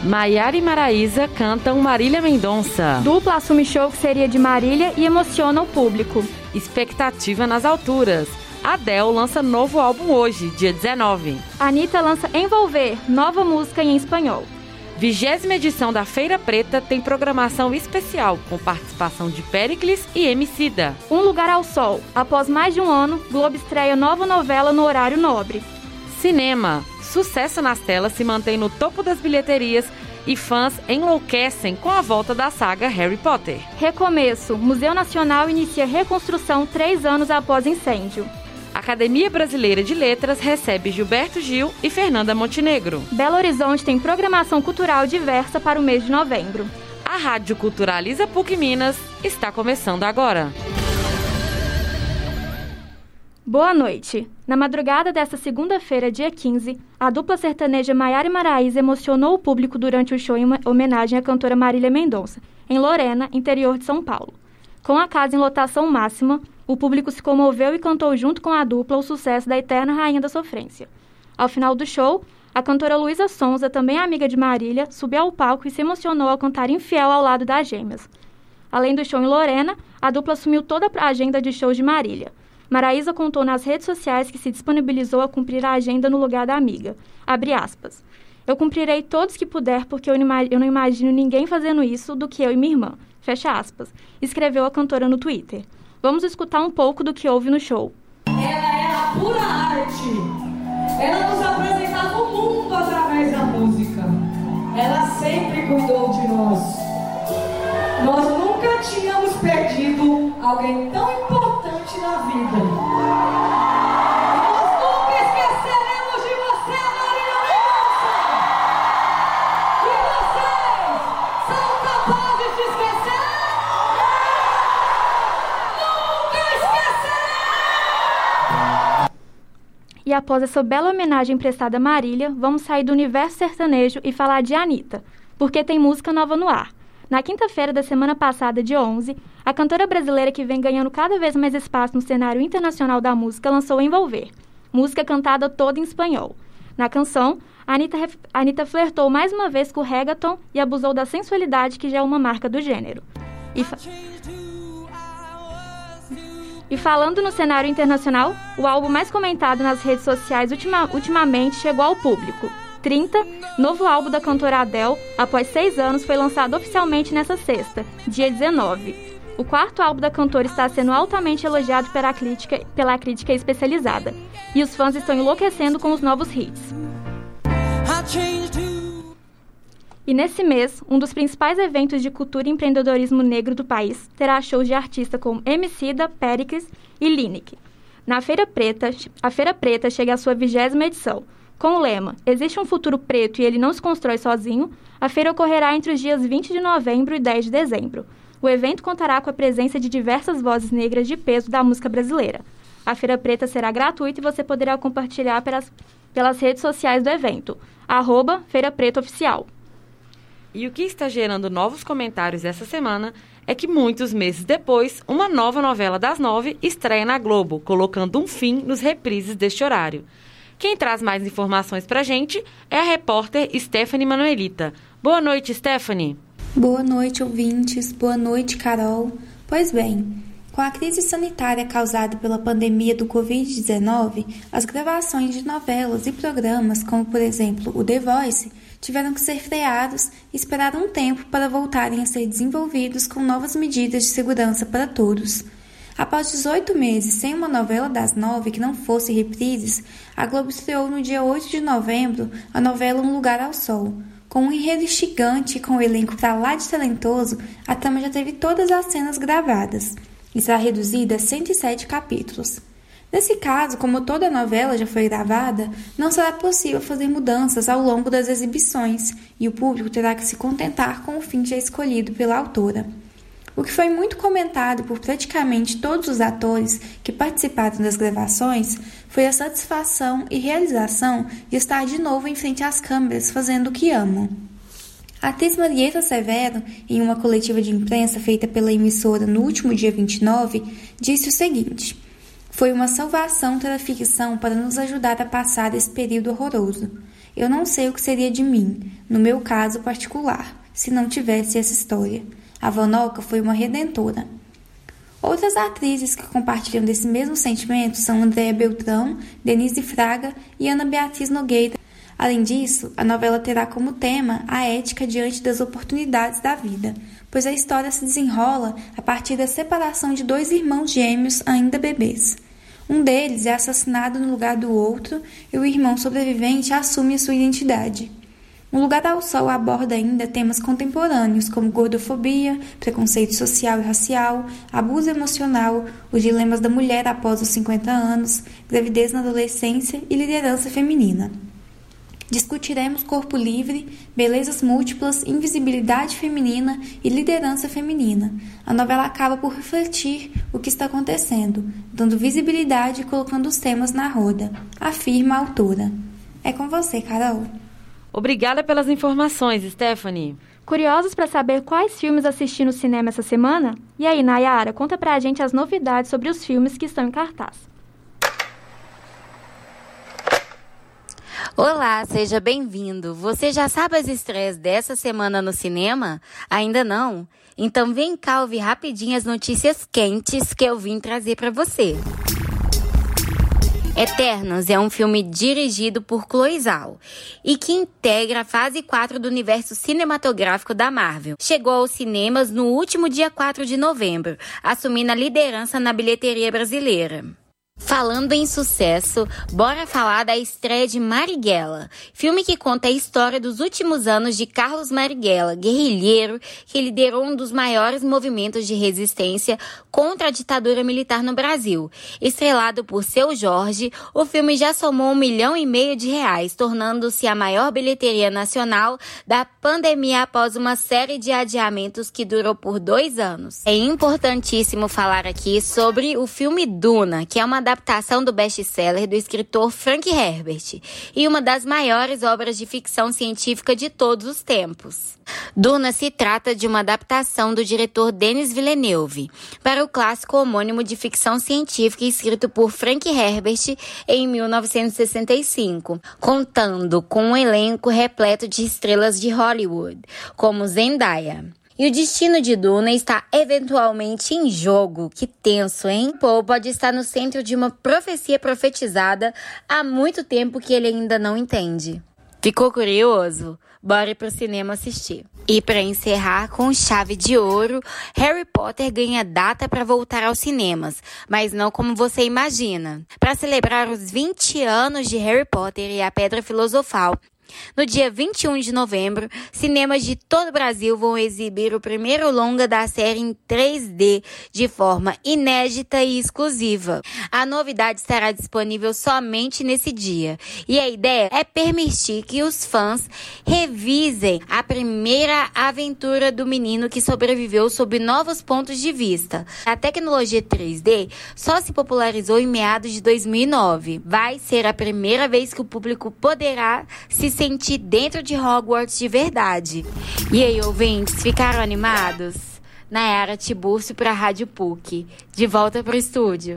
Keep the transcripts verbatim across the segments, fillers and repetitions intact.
Maiara e Maraísa cantam Marília Mendonça. Dupla assume show que seria de Marília e emociona o público. Expectativa nas alturas. Adele lança novo álbum hoje, dia dezenove. Anitta lança Envolver, nova música em espanhol. Vigésima edição da Feira Preta tem programação especial, com participação de Péricles e Emicida. Um Lugar ao Sol. Após mais de um ano, Globo estreia nova novela no horário nobre. Cinema. Sucesso nas telas se mantém no topo das bilheterias e fãs enlouquecem com a volta da saga Harry Potter. Recomeço. Museu Nacional inicia reconstrução três anos após incêndio. Academia Brasileira de Letras recebe Gilberto Gil e Fernanda Montenegro. Belo Horizonte tem programação cultural diversa para o mês de novembro. A Rádio Culturaliza P U C Minas está começando agora. Boa noite. Na madrugada desta segunda-feira, dia quinze, a dupla sertaneja Maiara e Maraísa emocionou o público durante o show em homenagem à cantora Marília Mendonça, em Lorena, interior de São Paulo. Com a casa em lotação máxima, o público se comoveu e cantou junto com a dupla o sucesso da eterna Rainha da Sofrência. Ao final do show, a cantora Luísa Sonza, também amiga de Marília, subiu ao palco e se emocionou ao cantar Infiel ao lado das gêmeas. Além do show em Lorena, a dupla assumiu toda a agenda de shows de Marília. Maraísa contou nas redes sociais que se disponibilizou a cumprir a agenda no lugar da amiga. Abre aspas. Eu cumprirei todos que puder porque eu não imagino ninguém fazendo isso do que eu e minha irmã. Fecha aspas. Escreveu a cantora no Twitter. Vamos escutar um pouco do que houve no show. Ela era a pura arte. Ela nos apresentava o mundo através da música. Ela sempre cuidou de nós. Nós nunca tínhamos perdido alguém tão importante na vida. Nós nunca esqueceremos de você, Marília Mendonça. E vocês são capazes de esquecer? E após essa bela homenagem prestada a Marília, vamos sair do universo sertanejo e falar de Anitta, porque tem música nova no ar. Na quinta-feira da semana passada, dia onze, a cantora brasileira que vem ganhando cada vez mais espaço no cenário internacional da música lançou Envolver, música cantada toda em espanhol. Na canção, a Anitta, a Anitta flertou mais uma vez com o reggaeton e abusou da sensualidade que já é uma marca do gênero. E fa... E falando no cenário internacional, o álbum mais comentado nas redes sociais ultima, ultimamente chegou ao público. trinta, novo álbum da cantora Adele, após seis anos, foi lançado oficialmente nesta sexta, dia dezenove. O quarto álbum da cantora está sendo altamente elogiado pela crítica, pela crítica especializada, e os fãs estão enlouquecendo com os novos hits. E nesse mês, um dos principais eventos de cultura e empreendedorismo negro do país terá shows de artistas como Emicida, Péricles e Lineker. Na Feira Preta, a Feira Preta chega à sua vigésima edição. Com o lema Existe um futuro preto e ele não se constrói sozinho, a feira ocorrerá entre os dias vinte de novembro e dez de dezembro. O evento contará com a presença de diversas vozes negras de peso da música brasileira. A Feira Preta será gratuita e você poderá compartilhar pelas, pelas redes sociais do evento, arroba Feira Preta Oficial. E o que está gerando novos comentários essa semana é que muitos meses depois, uma nova novela das nove estreia na Globo, colocando um fim nos reprises deste horário. Quem traz mais informações pra gente é a repórter Stephanie Manuelita. Boa noite, Stephanie. Boa noite, ouvintes. Boa noite, Carol. Pois bem, com a crise sanitária causada pela pandemia do covid dezenove, as gravações de novelas e programas, como por exemplo o The Voice, tiveram que ser freados e esperar um tempo para voltarem a ser desenvolvidos com novas medidas de segurança para todos. Após dezoito meses sem uma novela das nove que não fosse reprises, a Globo estreou no dia oito de novembro a novela Um Lugar ao Sol. Com um enredo instigante e com o elenco pra lá de talentoso, a trama já teve todas as cenas gravadas e será reduzida a cento e sete capítulos. Nesse caso, como toda a novela já foi gravada, não será possível fazer mudanças ao longo das exibições e o público terá que se contentar com o fim já escolhido pela autora. O que foi muito comentado por praticamente todos os atores que participaram das gravações foi a satisfação e realização de estar de novo em frente às câmeras fazendo o que amam. A atriz Marieta Severo, em uma coletiva de imprensa feita pela emissora no último dia vinte e nove, disse o seguinte: foi uma salvação ter a ficção para nos ajudar a passar esse período horroroso. Eu não sei o que seria de mim, no meu caso particular, se não tivesse essa história. A Vanoca foi uma redentora. Outras atrizes que compartilham desse mesmo sentimento são Andréa Beltrão, Denise Fraga e Ana Beatriz Nogueira. Além disso, a novela terá como tema a ética diante das oportunidades da vida, pois a história se desenrola a partir da separação de dois irmãos gêmeos ainda bebês. Um deles é assassinado no lugar do outro e o irmão sobrevivente assume a sua identidade. Um Lugar ao Sol aborda ainda temas contemporâneos como gordofobia, preconceito social e racial, abuso emocional, os dilemas da mulher após os cinquenta anos, gravidez na adolescência e liderança feminina. Discutiremos corpo livre, belezas múltiplas, invisibilidade feminina e liderança feminina. A novela acaba por refletir o que está acontecendo, dando visibilidade e colocando os temas na roda, afirma a autora. É com você, Carol. Obrigada pelas informações, Stephanie. Curiosos para saber quais filmes assistir no cinema essa semana? E aí, Nayara, conta pra gente as novidades sobre os filmes que estão em cartaz. Olá, seja bem-vindo. Você já sabe as estreias dessa semana no cinema? Ainda não? Então vem cá ouvir rapidinho as notícias quentes que eu vim trazer para você. Eternos é um filme dirigido por Chloe Zhao e que integra a fase quatro do universo cinematográfico da Marvel. Chegou aos cinemas no último dia quatro de novembro, assumindo a liderança na bilheteria brasileira. Falando em sucesso, bora falar da estreia de Marighella, filme que conta a história dos últimos anos de Carlos Marighella, guerrilheiro que liderou um dos maiores movimentos de resistência contra a ditadura militar no Brasil. Estrelado por Seu Jorge, o filme já somou um milhão e meio de reais, tornando-se a maior bilheteria nacional da pandemia após uma série de adiamentos que durou por dois anos. É importantíssimo falar aqui sobre o filme Duna, que é uma adaptação do best-seller do escritor Frank Herbert e uma das maiores obras de ficção científica de todos os tempos. Duna se trata de uma adaptação do diretor Denis Villeneuve para o clássico homônimo de ficção científica escrito por Frank Herbert em mil novecentos e sessenta e cinco, contando com um elenco repleto de estrelas de Hollywood, como Zendaya. E o destino de Duna está eventualmente em jogo. Que tenso, hein? Paul pode estar no centro de uma profecia profetizada há muito tempo que ele ainda não entende. Ficou curioso? Bora ir pro cinema assistir. E para encerrar com chave de ouro, Harry Potter ganha data para voltar aos cinemas, mas não como você imagina. Para celebrar os vinte anos de Harry Potter e a Pedra Filosofal, no dia vinte e um de novembro, cinemas de todo o Brasil vão exibir o primeiro longa da série em três D, de forma inédita e exclusiva. A novidade estará disponível somente nesse dia, e a ideia é permitir que os fãs revisem a primeira aventura do menino que sobreviveu sob novos pontos de vista. A tecnologia três D só se popularizou em meados de dois mil e nove. Vai ser a primeira vez que o público poderá se sentir dentro de Hogwarts de verdade. E aí, ouvintes, ficaram animados? Nayara Tiburcio para a Rádio P U C. De volta para o estúdio.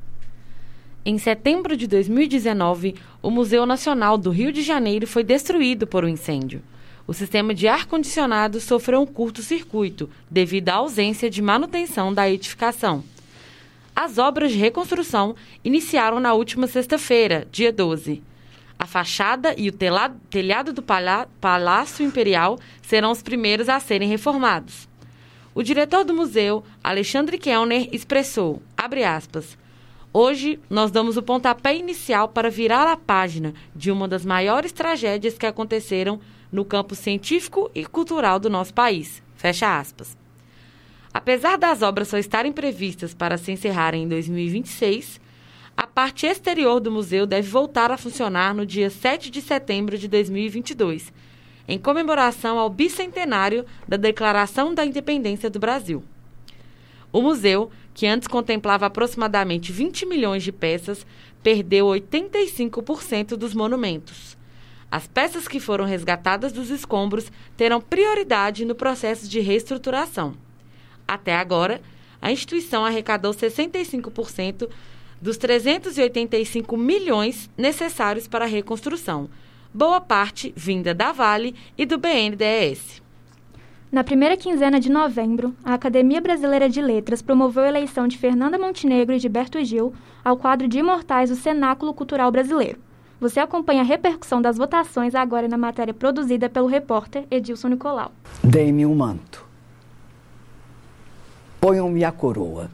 Em setembro de dois mil e dezenove, o Museu Nacional do Rio de Janeiro foi destruído por um incêndio. O sistema de ar-condicionado sofreu um curto-circuito devido à ausência de manutenção da edificação. As obras de reconstrução iniciaram na última sexta-feira, dia doze. A fachada e o telado, telhado do palá, Palácio Imperial serão os primeiros a serem reformados. O diretor do museu, Alexandre Kellner, expressou, abre aspas, hoje nós damos o pontapé inicial para virar a página de uma das maiores tragédias que aconteceram no campo científico e cultural do nosso país. Fecha aspas. Apesar das obras só estarem previstas para se encerrarem em dois mil e vinte e seis, a parte exterior do museu deve voltar a funcionar no dia sete de setembro de dois mil e vinte e dois, em comemoração ao bicentenário da Declaração da Independência do Brasil. O museu, que antes contemplava aproximadamente vinte milhões de peças, perdeu oitenta e cinco por cento dos monumentos. As peças que foram resgatadas dos escombros terão prioridade no processo de reestruturação. Até agora, a instituição arrecadou sessenta e cinco por cento dos trezentos e oitenta e cinco milhões necessários para a reconstrução, boa parte vinda da Vale e do B N D E S. Na primeira quinzena de novembro, a Academia Brasileira de Letras promoveu a eleição de Fernanda Montenegro e Gilberto Gil ao quadro de imortais do Cenáculo Cultural Brasileiro. Você acompanha a repercussão das votações agora na matéria produzida pelo repórter Edilson Nicolau. Dei-me um manto. Ponham-me a coroa.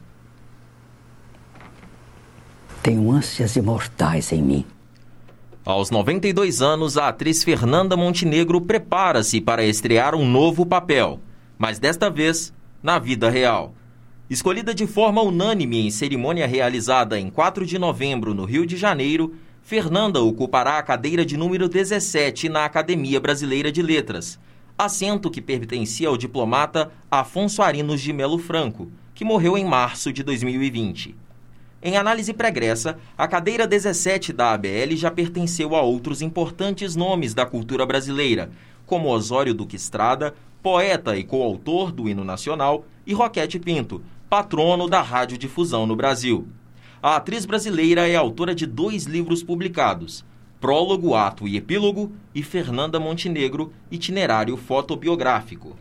Tenho ânsias imortais em mim. Aos noventa e dois anos, a atriz Fernanda Montenegro prepara-se para estrear um novo papel, mas desta vez na vida real. Escolhida de forma unânime em cerimônia realizada em quatro de novembro no Rio de Janeiro, Fernanda ocupará a cadeira de número dezessete na Academia Brasileira de Letras, assento que pertencia ao diplomata Afonso Arinos de Melo Franco, que morreu em março de dois mil e vinte. Em análise pregressa, a cadeira dezessete da A B L já pertenceu a outros importantes nomes da cultura brasileira, como Osório Duque Estrada, poeta e coautor do hino nacional, e Roquete Pinto, patrono da radiodifusão no Brasil. A atriz brasileira é autora de dois livros publicados, Prólogo, Ato e Epílogo e Fernanda Montenegro, Itinerário Fotobiográfico.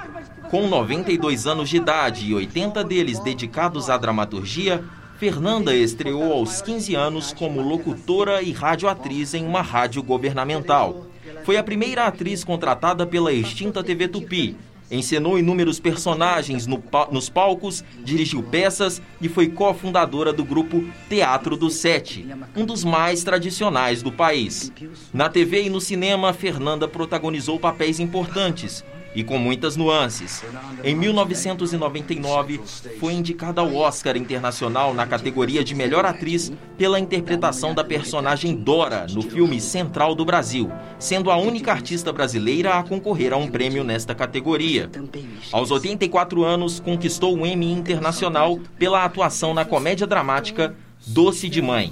Com noventa e dois anos de idade e oitenta deles dedicados à dramaturgia, Fernanda estreou aos quinze anos como locutora e radioatriz em uma rádio governamental. Foi a primeira atriz contratada pela extinta T V Tupi. Encenou inúmeros personagens no pa- nos palcos, dirigiu peças e foi cofundadora do grupo Teatro do Sete, um dos mais tradicionais do país. Na T V e no cinema, Fernanda protagonizou papéis importantes e com muitas nuances. Em mil novecentos e noventa e nove, foi indicada ao Oscar Internacional na categoria de Melhor Atriz pela interpretação da personagem Dora no filme Central do Brasil, sendo a única artista brasileira a concorrer a um prêmio nesta categoria. Aos oitenta e quatro anos, conquistou o Emmy Internacional pela atuação na comédia dramática Doce de Mãe.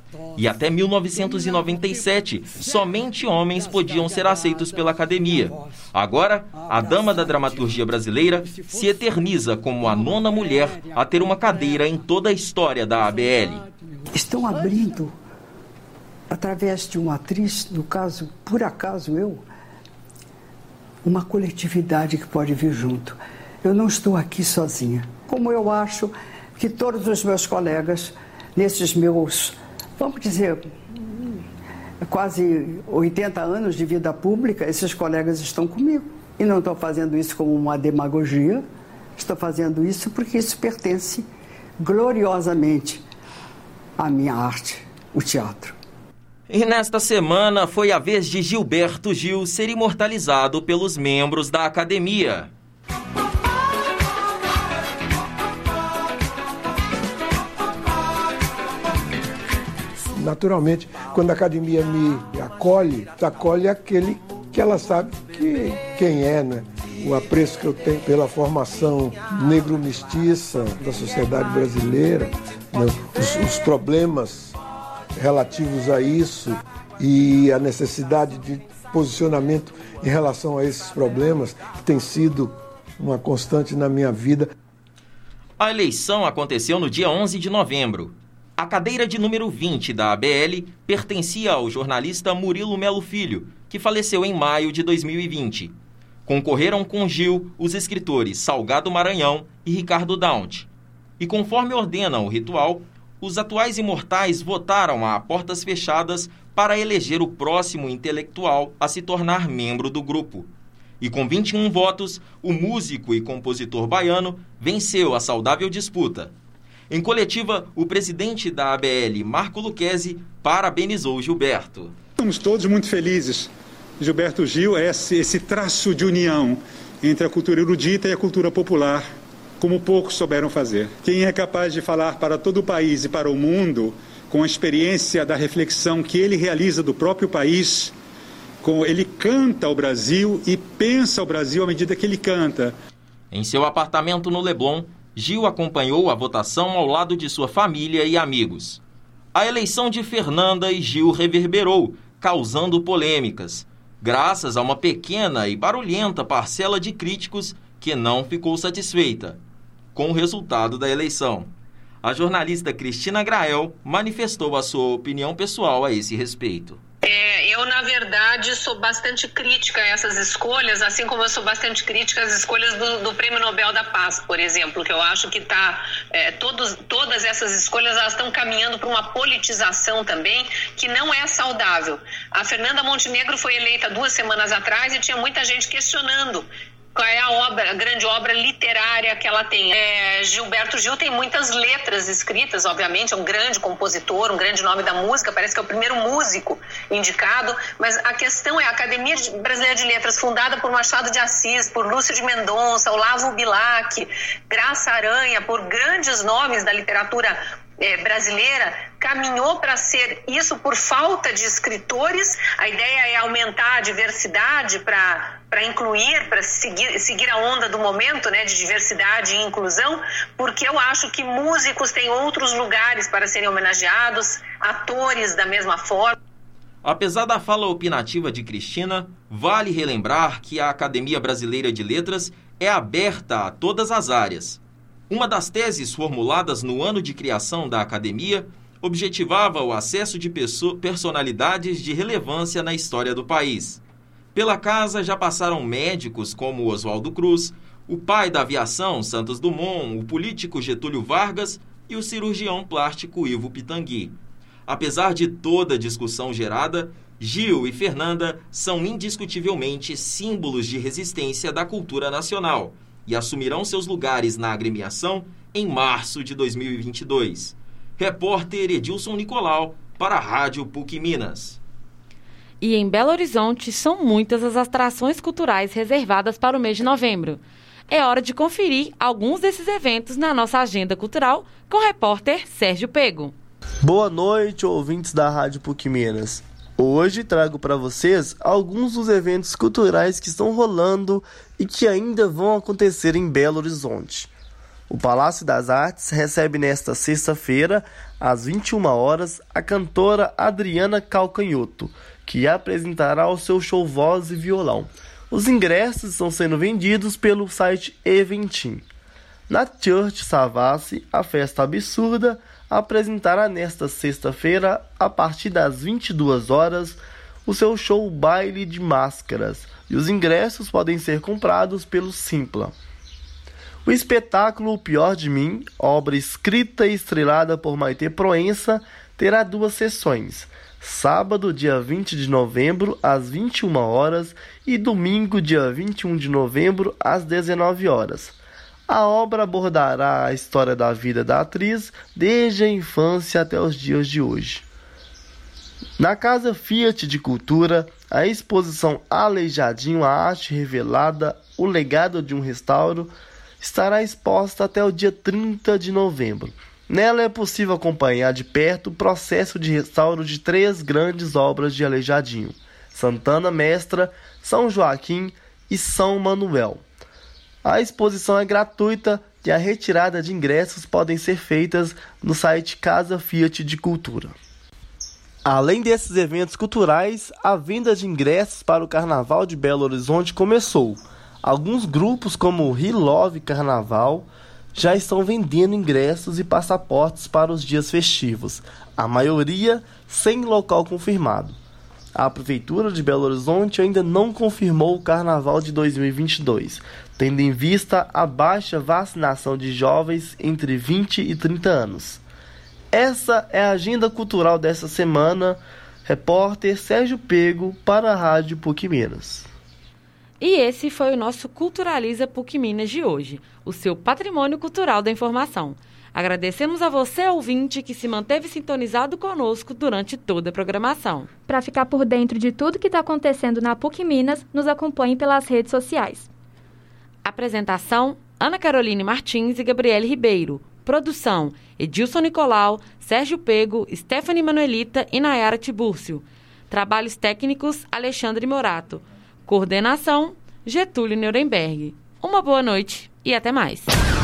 E até mil novecentos e noventa e sete, somente homens podiam ser aceitos pela academia. Agora, a dama da dramaturgia brasileira se eterniza como a nona mulher a ter uma cadeira em toda a história da A B L. Estão abrindo, através de uma atriz, no caso, por acaso eu, uma coletividade que pode vir junto. Eu não estou aqui sozinha. Como eu acho que todos os meus colegas, nesses meus, vamos dizer, quase oitenta anos de vida pública, esses colegas estão comigo. E não estou fazendo isso como uma demagogia, estou fazendo isso porque isso pertence gloriosamente à minha arte, o teatro. E nesta semana foi a vez de Gilberto Gil ser imortalizado pelos membros da academia. Naturalmente, quando a academia me acolhe, acolhe aquele que ela sabe que, quem é, né? O apreço que eu tenho pela formação negro-mestiça da sociedade brasileira, né? os, os problemas relativos a isso e a necessidade de posicionamento em relação a esses problemas, que tem sido uma constante na minha vida. A eleição aconteceu no dia onze de novembro. A cadeira de número vinte da A B L pertencia ao jornalista Murilo Melo Filho, que faleceu em maio de dois mil e vinte. Concorreram com Gil os escritores Salgado Maranhão e Ricardo Daunt. E conforme ordena o ritual, os atuais imortais votaram a portas fechadas para eleger o próximo intelectual a se tornar membro do grupo. E com vinte e um votos, o músico e compositor baiano venceu a saudável disputa. Em coletiva, o presidente da A B L, Marco Lucchesi, parabenizou Gilberto. Estamos todos muito felizes. Gilberto Gil é esse, esse traço de união entre a cultura erudita e a cultura popular, como poucos souberam fazer. Quem é capaz de falar para todo o país e para o mundo, com a experiência da reflexão que ele realiza do próprio país, com, ele canta o Brasil e pensa o Brasil à medida que ele canta. Em seu apartamento no Leblon, Gil acompanhou a votação ao lado de sua família e amigos. A eleição de Fernanda e Gil reverberou, causando polêmicas, graças a uma pequena e barulhenta parcela de críticos que não ficou satisfeita com o resultado da eleição. A jornalista Cristina Grael manifestou a sua opinião pessoal a esse respeito. É, Eu, na verdade, sou bastante crítica a essas escolhas, assim como eu sou bastante crítica às escolhas do, do Prêmio Nobel da Paz, por exemplo, que eu acho que tá, é, todos, todas essas escolhas elas estão caminhando para uma politização também, que não é saudável. A Fernanda Montenegro foi eleita duas semanas atrás e tinha muita gente questionando qual é a obra, a grande obra literária que ela tem. É, Gilberto Gil tem muitas letras escritas, obviamente, é um grande compositor, um grande nome da música, parece que é o primeiro músico indicado, mas a questão é a Academia Brasileira de Letras, fundada por Machado de Assis, por Lúcio de Mendonça, Olavo Bilac, Graça Aranha, por grandes nomes da literatura É, brasileira, caminhou para ser isso por falta de escritores. A ideia é aumentar a diversidade para incluir, para seguir, seguir a onda do momento, né, de diversidade e inclusão, porque eu acho que músicos têm outros lugares para serem homenageados, atores da mesma forma. Apesar da fala opinativa de Cristina, vale relembrar que a Academia Brasileira de Letras é aberta a todas as áreas. Uma das teses formuladas no ano de criação da Academia objetivava o acesso de personalidades de relevância na história do país. Pela casa já passaram médicos como Oswaldo Cruz, o pai da aviação Santos Dumont, o político Getúlio Vargas e o cirurgião plástico Ivo Pitangui. Apesar de toda a discussão gerada, Gil e Fernanda são indiscutivelmente símbolos de resistência da cultura nacional e assumirão seus lugares na agremiação em março de dois mil e vinte e dois. Repórter Edilson Nicolau, para a Rádio P U C Minas. E em Belo Horizonte, são muitas as atrações culturais reservadas para o mês de novembro. É hora de conferir alguns desses eventos na nossa agenda cultural com o repórter Sérgio Pego. Boa noite, ouvintes da Rádio P U C Minas. Hoje trago para vocês alguns dos eventos culturais que estão rolando e que ainda vão acontecer em Belo Horizonte. O Palácio das Artes recebe nesta sexta-feira, às vinte e uma horas, a cantora Adriana Calcanhoto, que apresentará o seu show Voz e Violão. Os ingressos estão sendo vendidos pelo site Eventim. Na Church Savassi, a Festa Absurda apresentará nesta sexta-feira, a partir das vinte e duas horas, o seu show Baile de Máscaras, e os ingressos podem ser comprados pelo Simpla. O espetáculo O Pior de Mim, obra escrita e estrelada por Maitê Proença, terá duas sessões, sábado, dia vinte de novembro, às vinte e uma horas, e domingo, dia vinte e um de novembro, às dezenove horas. A obra abordará a história da vida da atriz desde a infância até os dias de hoje. Na Casa Fiat de Cultura, a exposição Aleijadinho, a arte revelada, o legado de um restauro, estará exposta até o dia trinta de novembro. Nela é possível acompanhar de perto o processo de restauro de três grandes obras de Aleijadinho: Santana Mestra, São Joaquim e São Manuel. A exposição é gratuita e a retirada de ingressos podem ser feitas no site Casa Fiat de Cultura. Além desses eventos culturais, a venda de ingressos para o Carnaval de Belo Horizonte começou. Alguns grupos, como o He Love Carnaval, já estão vendendo ingressos e passaportes para os dias festivos, a maioria sem local confirmado. A Prefeitura de Belo Horizonte ainda não confirmou o Carnaval de dois mil e vinte e dois, tendo em vista a baixa vacinação de jovens entre vinte e trinta anos. Essa é a agenda cultural dessa semana. Repórter Sérgio Pego, para a Rádio P U C Minas. E esse foi o nosso Culturaliza P U C Minas de hoje, o seu patrimônio cultural da informação. Agradecemos a você, ouvinte, que se manteve sintonizado conosco durante toda a programação. Para ficar por dentro de tudo que está acontecendo na P U C Minas, nos acompanhe pelas redes sociais. Apresentação: Ana Caroline Martins e Gabriele Ribeiro. Produção: Edilson Nicolau, Sérgio Pego, Stephanie Manuelita e Nayara Tibúrcio. Trabalhos técnicos: Alexandre Morato. Coordenação: Getúlio Nuremberg. Uma boa noite e até mais.